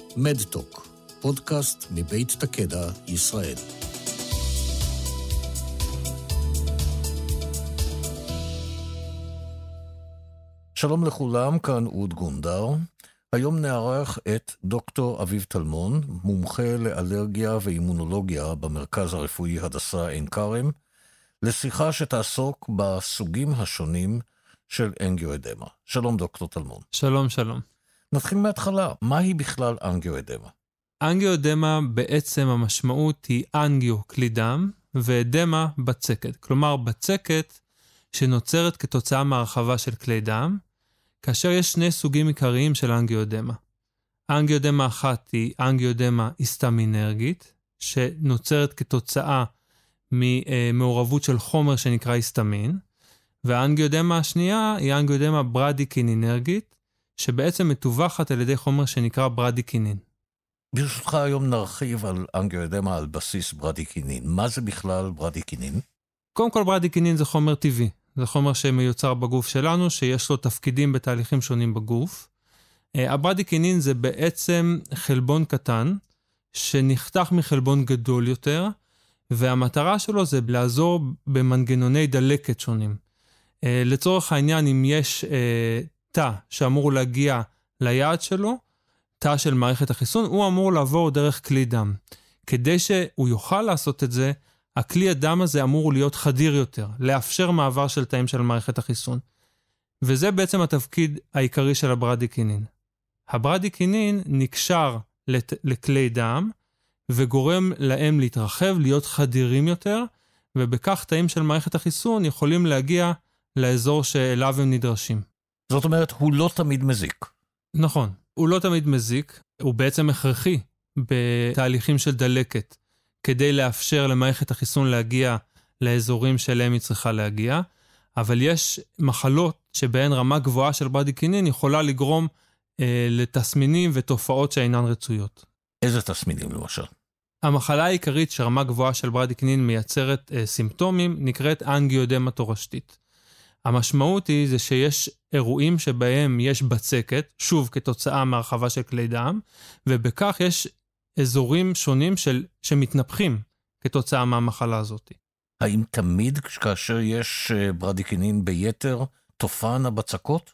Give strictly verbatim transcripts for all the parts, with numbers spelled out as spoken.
מדטוק, פודקאסט מבית תקדע, ישראל. שלום לכולם, כאן אוד גונדר. היום נערך את דוקטור אביב טלמון, מומחה לאלרגיה ואימונולוגיה במרכז הרפואי הדסה עין כרם, לשיחה שתעסוק בסוגים השונים של אנגיואדמה. שלום דוקטור טלמון. שלום, שלום. נתחיל מההתחלה, מהי בכלל אנגיואדמה? אנגיואדמה בעצם המשמעות היא אנגיו כלי דם ואדמה בצקת. כלומר בצקת שנוצרת כתוצאה מהרחבה של כלי דם, כאשר יש שני סוגים עיקריים של אנגיואדמה. אנגיואדמה אחת היא אנגיואדמה היסטמינרגית, שנוצרת כתוצאה ממעורבות של חומר שנקרא היסטמין, והאנגיואדמה השנייה היא אנגיואדמה ברדיקינינרגית, שבעצם מתווכת על ידי חומר שנקרא ברדיקינין. ברשותך היום נרחיב על אנגיואדמה על בסיס ברדיקינין. מה זה בכלל ברדיקינין? קודם כל ברדיקינין זה חומר טבעי. זה חומר שמיוצר בגוף שלנו, שיש לו תפקידים בתהליכים שונים בגוף. הברדיקינין זה בעצם חלבון קטן, שנחתך מחלבון גדול יותר, והמטרה שלו זה לעזור במנגנוני דלקת שונים. לצורך העניין, אם יש תא שאמור להגיע ליעד שלו, תא של מערכת החיסון, הוא אמור לעבור דרך כלי דם. כדי שהוא יוכל לעשות את זה, הכלי הדם הזה אמור להיות חדיר יותר, לאפשר מעבר של תאים של מערכת החיסון. וזה בעצם התפקיד העיקרי של הברדיקינין. הברדיקינין נקשר לת... לכלי דם, וגורם להם להתרחב, להיות חדירים יותר, ובכך תאים של מערכת החיסון יכולים להגיע לאזור שאליו הם נדרשים. זאת אומרת, הוא לא תמיד מזיק. נכון, הוא לא תמיד מזיק, הוא בעצם הכרחי בתהליכים של דלקת, כדי לאפשר למערכת החיסון להגיע לאזורים שאליהם היא צריכה להגיע, אבל יש מחלות שבהן רמה גבוהה של ברדיקינין יכולה לגרום אה, לתסמינים ותופעות שאינן רצויות. איזה תסמינים למשל? המחלה העיקרית שרמה גבוהה של ברדיקינין מייצרת אה, סימפטומים נקראת אנגיואדמה תורשתית. המשמעות היא זה שיש אירועים שבהם יש בצקת, שוב כתוצאה מהרחבה של כלי דם, ובכך יש אזורים שונים של, שמתנפחים כתוצאה מהמחלה הזאת. האם תמיד כאשר יש ברדיקינין ביתר, תופען הבצקות?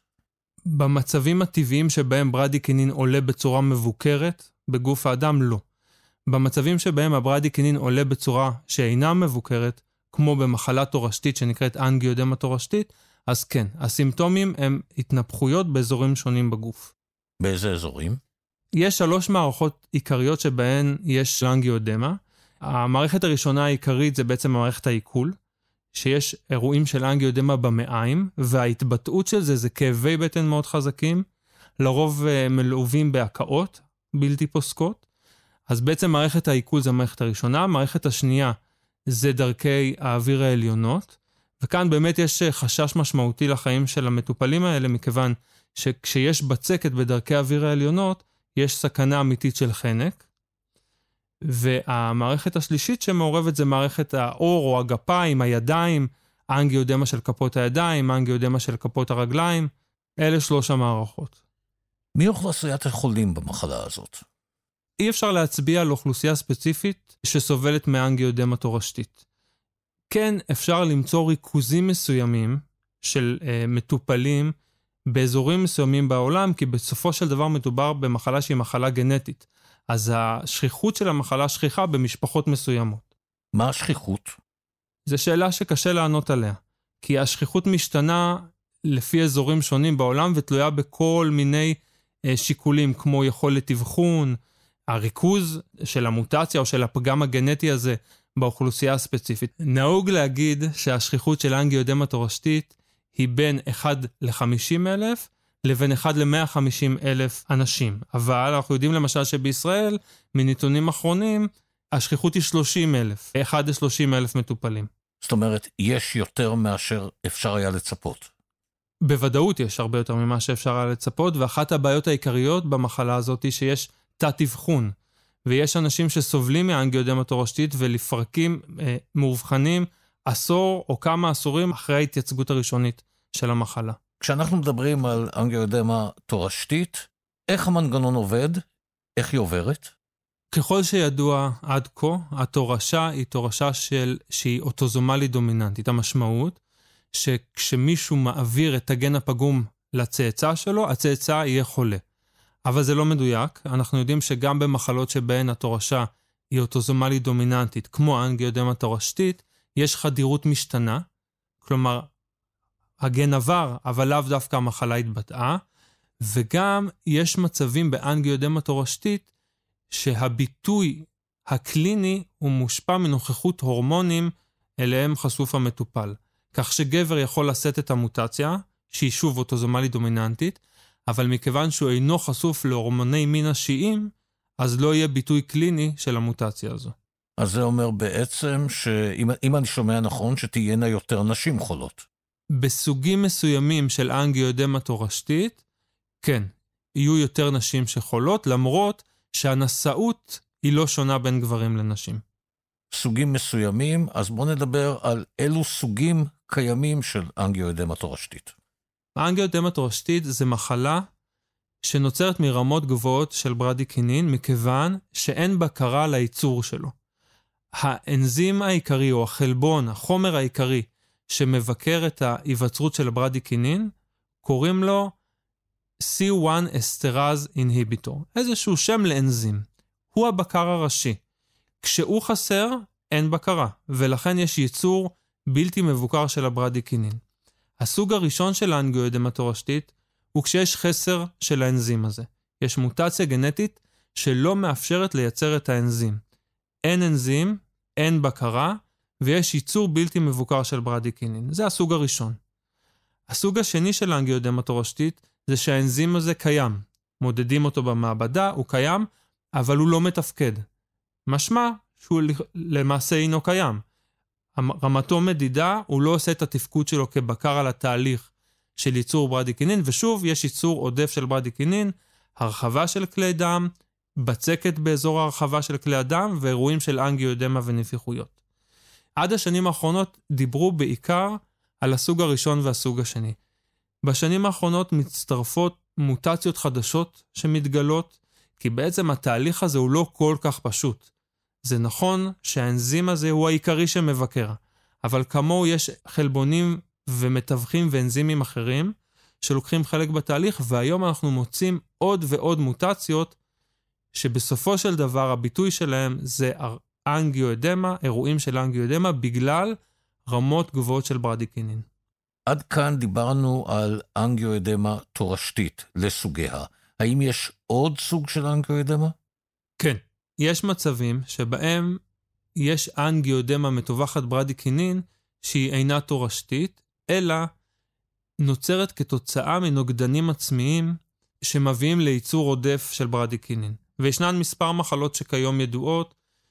במצבים הטבעיים שבהם ברדיקינין עולה בצורה מבוקרת, בגוף האדם לא. במצבים שבהם הברדיקינין עולה בצורה שאינה מבוקרת, כמו במחלה תורשתית שנקראת אנגיואדמה תורשתית, אז כן, הסימפטומים הם התנפחויות באזורים שונים בגוף. באיזה אזורים? יש שלוש מערכות עיקריות שבהן יש אנגיואדמה. המערכת הראשונה העיקרית זה בעצם מערכת העיכול, שיש אירועים של אנגיואדמה במעיים, וההתבטאות של זה זה כאבי בטן מאוד חזקים, לרוב מלווים בהקאות בלתי פוסקות. אז בעצם מערכת העיכול זה המערכת הראשונה, המערכת השנייה זה דרכי האוויר העליונות, וכאן באמת יש חשש משמעותי לחיים של המטופלים האלה, מכיוון שכשיש בצקת בדרכי האוויר העליונות, יש סכנה אמיתית של חנק, והמערכת השלישית שמעורבת זה מערכת האור או הגפיים, הידיים, האנגיואדמה של כפות הידיים, האנגיואדמה של כפות הרגליים, אלה שלוש המערכות. מי אוכלוסיית החולים במחלה הזאת? אי אפשר להצביע על אוכלוסייה ספציפית שסובלת מאנגיואדמה תורשתית. כן, אפשר למצוא ריכוזים מסוימים של uh, מטופלים באזורים מסוימים בעולם, כי בסופו של דבר מדובר במחלה שהיא מחלה גנטית. אז השכיחות של המחלה שכיחה במשפחות מסוימות. מה השכיחות? זו שאלה שקשה לענות עליה, כי השכיחות משתנה לפי אזורים שונים בעולם, ותלויה בכל מיני uh, שיקולים, כמו יכולת אבחון, הריכוז של המוטציה או של הפגם הגנטי הזה באוכלוסייה הספציפית. נהוג להגיד שהשכיחות של אנגיואדמה תורשתית היא בין אחד ל-חמישים אלף לבין אחד ל-מאה וחמישים אלף אנשים. אבל אנחנו יודעים למשל שבישראל, מנתונים אחרונים, השכיחות היא שלושים אלף, אחד ל-שלושים אלף מטופלים. זאת אומרת, יש יותר מאשר אפשר היה לצפות. בוודאות יש הרבה יותר ממה שאפשר היה לצפות, ואחת הבעיות העיקריות במחלה הזאת היא שיש תת אבחון, ויש אנשים שסובלים מאנגיואדמה תורשתית ולפרקים אה, מאובחנים עשור או כמה עשורים אחרי ההתייצגות הראשונית של המחלה. כשאנחנו מדברים על אנגיואדמה תורשתית, איך המנגנון עובד? איך היא עוברת? ככל שידוע עד כה, התורשה היא תורשה של, שהיא אוטוזומלית דומיננטית. המשמעות שכשמישהו מעביר את הגן הפגום לצאצא שלו, הצאצא יהיה חולה. אבל זה לא מדויק. אנחנו יודעים שגם במחלות שבהן התורשה היא אוטוזומלית דומיננטית, כמו האנגיודמה תורשתית, יש חדירות משתנה. כלומר, הגן עבר, אבל לאו דווקא המחלה התבטאה. וגם יש מצבים באנגיודמה תורשתית, שהביטוי הקליני הוא מושפע מנוכחות הורמונים אליהם חשוף המטופל. כך שגבר יכול לשאת את המוטציה, שהיא שוב אוטוזומלית דומיננטית, אבל מכיוון שהוא אינו חשוף להורמוני מין נשיים, אז לא יהיה ביטוי קליני של המוטציה הזו. אז זה אומר בעצם שאם אני שומע נכון, שתהיינה יותר נשים חולות. בסוגים מסוימים של אנגיודמה תורשתית, כן, יהיו יותר נשים שחולות, למרות שהנשאות היא לא שונה בין גברים לנשים. סוגים מסוימים, אז בואו נדבר על אילו סוגים קיימים של אנגיודמה תורשתית. האנגיודמה תורשתית זה מחלה שנוצרת מרמות גבוהות של ברדיקינין, מכיוון שאין בקרה לייצור שלו. האנזים העיקרי או החלבון, החומר העיקרי שמבקר את ההיווצרות של הברדיקינין, קוראים לו סי וואן אסטראז אינהיביטור, איזשהו שם לאנזים. הוא הבקר הראשי. כשהוא חסר, אין בקרה, ולכן יש ייצור בלתי מבוקר של הברדיקינין. הסוג הראשון של האנגיודמה תורשתית הוא כשיש חסר של האנזים הזה. יש מוטציה גנטית שלא מאפשרת לייצר את האנזים. אין אנזים, אין בקרה, ויש ייצור בלתי מבוקר של ברדיקינין. זה הסוג הראשון. הסוג השני של האנגיודמה תורשתית זה שהאנזים הזה קיים. מודדים אותו במעבדה, הוא קיים, אבל הוא לא מתפקד. משמע שהוא למעשה אינו קיים. רמתו מדידה, הוא לא עושה את התפקוד שלו כבקר על התהליך של ייצור ברדיקינין, ושוב יש ייצור עודף של ברדיקינין, הרחבה של כלי דם, בצקת באזור הרחבה של כלי הדם, ואירועים של אנגיודמה ונפיחויות. עד השנים האחרונות דיברו בעיקר על הסוג הראשון והסוג השני. בשנים האחרונות מצטרפות מוטציות חדשות שמתגלות, כי בעצם התהליך הזה הוא לא כל כך פשוט. זה נכון שהאנזים הזה הוא העיקרי שמבקר, אבל כמוהו יש חלבונים ומתווכים ואנזימים אחרים שלוקחים חלק בתהליך, והיום אנחנו מוצאים עוד ועוד מוטציות שבסופו של דבר הביטוי שלהם זה אנגיודמה, אירועים של אנגיודמה, בגלל רמות גבוהות של ברדיקינין. עד כאן דיברנו על אנגיודמה תורשתית לסוגיה. האם יש עוד סוג של אנגיודמה? כן. יש מצבים שבהם יש אנגיודמה מטווחת ברדיקינין שהיא אינה תורשתית, אלא נוצרת כתוצאה מנוגדנים עצמיים שמביאים לייצור עודף של ברדיקינין. וישנן מספר מחלות שכיום ידועות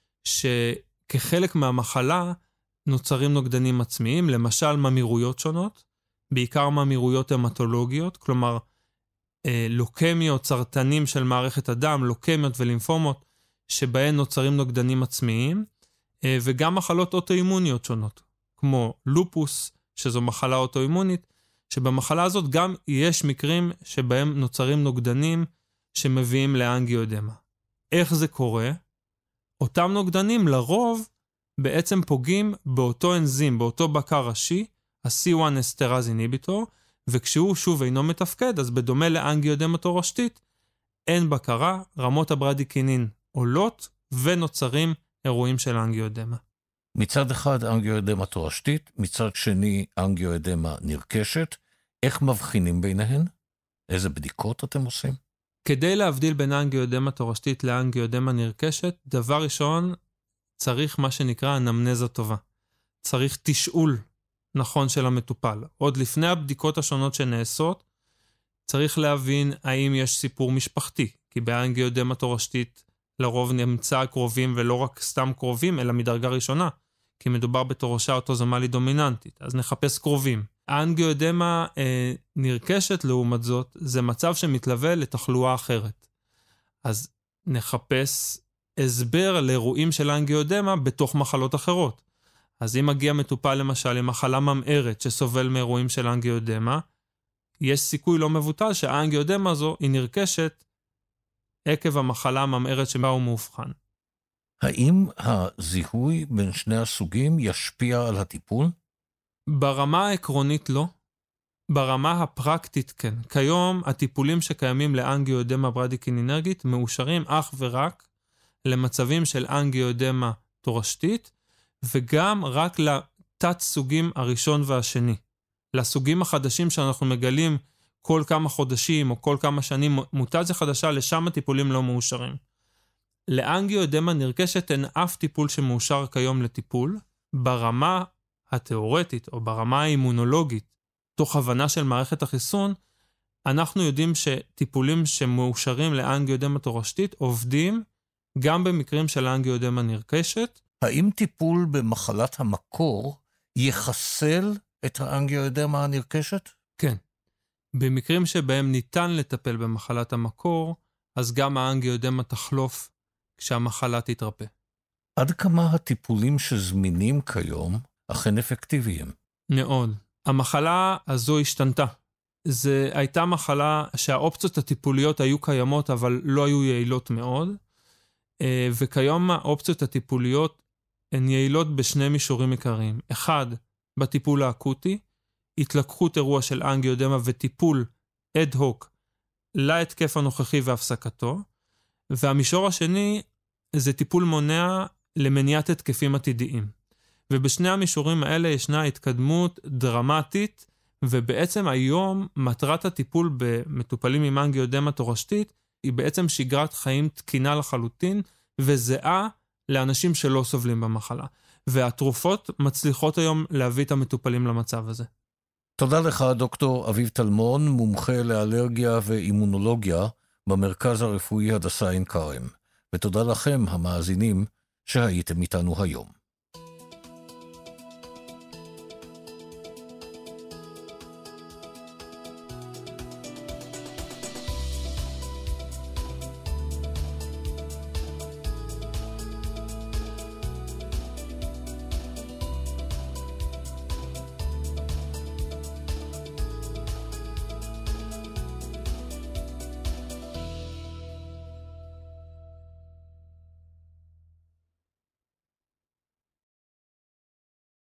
שכחלק מהמחלה נוצרים נוגדנים עצמיים, למשל ממירויות שונות, בעיקר ממירויות המטולוגיות, כלומר לוקמיות, סרטנים של מערכת הדם, לוקמיות ולימפומות, שבהן נוצרים נוגדנים עצמיים, וגם מחלות אוטואימוניות שונות, כמו לופוס, שזו מחלה אוטואימונית, שבמחלה הזאת גם יש מקרים שבהם נוצרים נוגדנים שמביאים לאנגיודמה. איך זה קורה? אותם נוגדנים לרוב בעצם פוגעים באותו אנזים, באותו בקר ראשי, ה-סי וואן אסטראז אינהיביטור, וכשהוא שוב אינו מתפקד, אז בדומה לאנגיודמה תורשתית, אין בקרה, רמות הברדיקינין עולות ונוצרים אירועים של אנגיודמה. מצד אחד אנגיודמה תורשתית, מצד שני אנגיודמה נרכשת. איך מבחינים ביניהן? איזה בדיקות אתם עושים? כדי להבדיל בין אנגיודמה תורשתית לאנגיודמה נרכשת, דבר ראשון צריך מה שנקרא אנמנזה טובה. צריך תשאול נכון של המטופל. עוד לפני הבדיקות השונות שנעשות, צריך להבין האם יש סיפור משפחתי, כי באנגיודמה תורשתית לרוב נמצא קרובים ולא רק סתם קרובים, אלא מדרגה ראשונה, כי מדובר בתורשה אוטוזומלית דומיננטית, אז נחפש קרובים. האנגיודמה אה, נרכשת לעומת זאת, זה מצב שמתלווה לתחלואה אחרת. אז נחפש הסבר לאירועים של האנגיודמה בתוך מחלות אחרות. אז אם מגיע מטופל למשל עם מחלה ממארת שסובל מאירועים של האנגיודמה, יש סיכוי לא מבוטל שהאנגיודמה הזו היא נרכשת עקב המחלה הממארת שבה הוא מאובחן. האם הזיהוי בין שני הסוגים ישפיע על הטיפול? ברמה העקרונית לא. ברמה הפרקטית כן. כיום הטיפולים שקיימים לאנגיואדמה ברדיקינינרגית מאושרים אך ורק למצבים של אנגיואדמה תורשתית, וגם רק לתת סוגים הראשון והשני. לסוגים החדשים שאנחנו מגלים כל כמה חודשים או כל כמה שנים מוטציה חדשה, לשם הטיפולים לא מאושרים. לאנגיואדמה נרכשת אין אף טיפול שמאושר כיום לטיפול. ברמה התיאורטית או ברמה האימונולוגית, תוך הבנה של מערכת החיסון, אנחנו יודעים שטיפולים שמאושרים לאנגיואדמה תורשתית עובדים גם במקרים של אנגיואדמה נרכשת. האם טיפול במחלת המקור יחסל את האנגיואדמה הנרכשת? כן. במקרים שבהם ניתן לטפל במחלת המקור, אז גם האנגיואדמה תחלוף כשהמחלה תתרפא. עד כמה הטיפולים שזמינים כיום אכן אפקטיביים? מאוד. המחלה הזו השתנתה. זו הייתה מחלה שהאופציות הטיפוליות היו קיימות, אבל לא היו יעילות מאוד. וכיום האופציות הטיפוליות הן יעילות בשני מישורים עיקריים. אחד, בטיפול האקוטי, התלקחות אירוע של אנגיואדמה וטיפול אד-הוק להתקף הנוכחי והפסקתו. והמישור השני זה טיפול מונע למניעת התקפים עתידיים. ובשני המישורים האלה ישנה התקדמות דרמטית, ובעצם היום מטרת הטיפול במטופלים עם אנגיואדמה תורשתית היא בעצם שגרת חיים תקינה לחלוטין, וזהה לאנשים שלא סובלים במחלה. והתרופות מצליחות היום להביא את המטופלים למצב הזה. תודה לך דוקטור אביב טלמון, מומחה לאלרגיה ואימונולוגיה במרכז הרפואי הדסה עין כרם. ותודה לכם המאזינים שהייתם איתנו היום.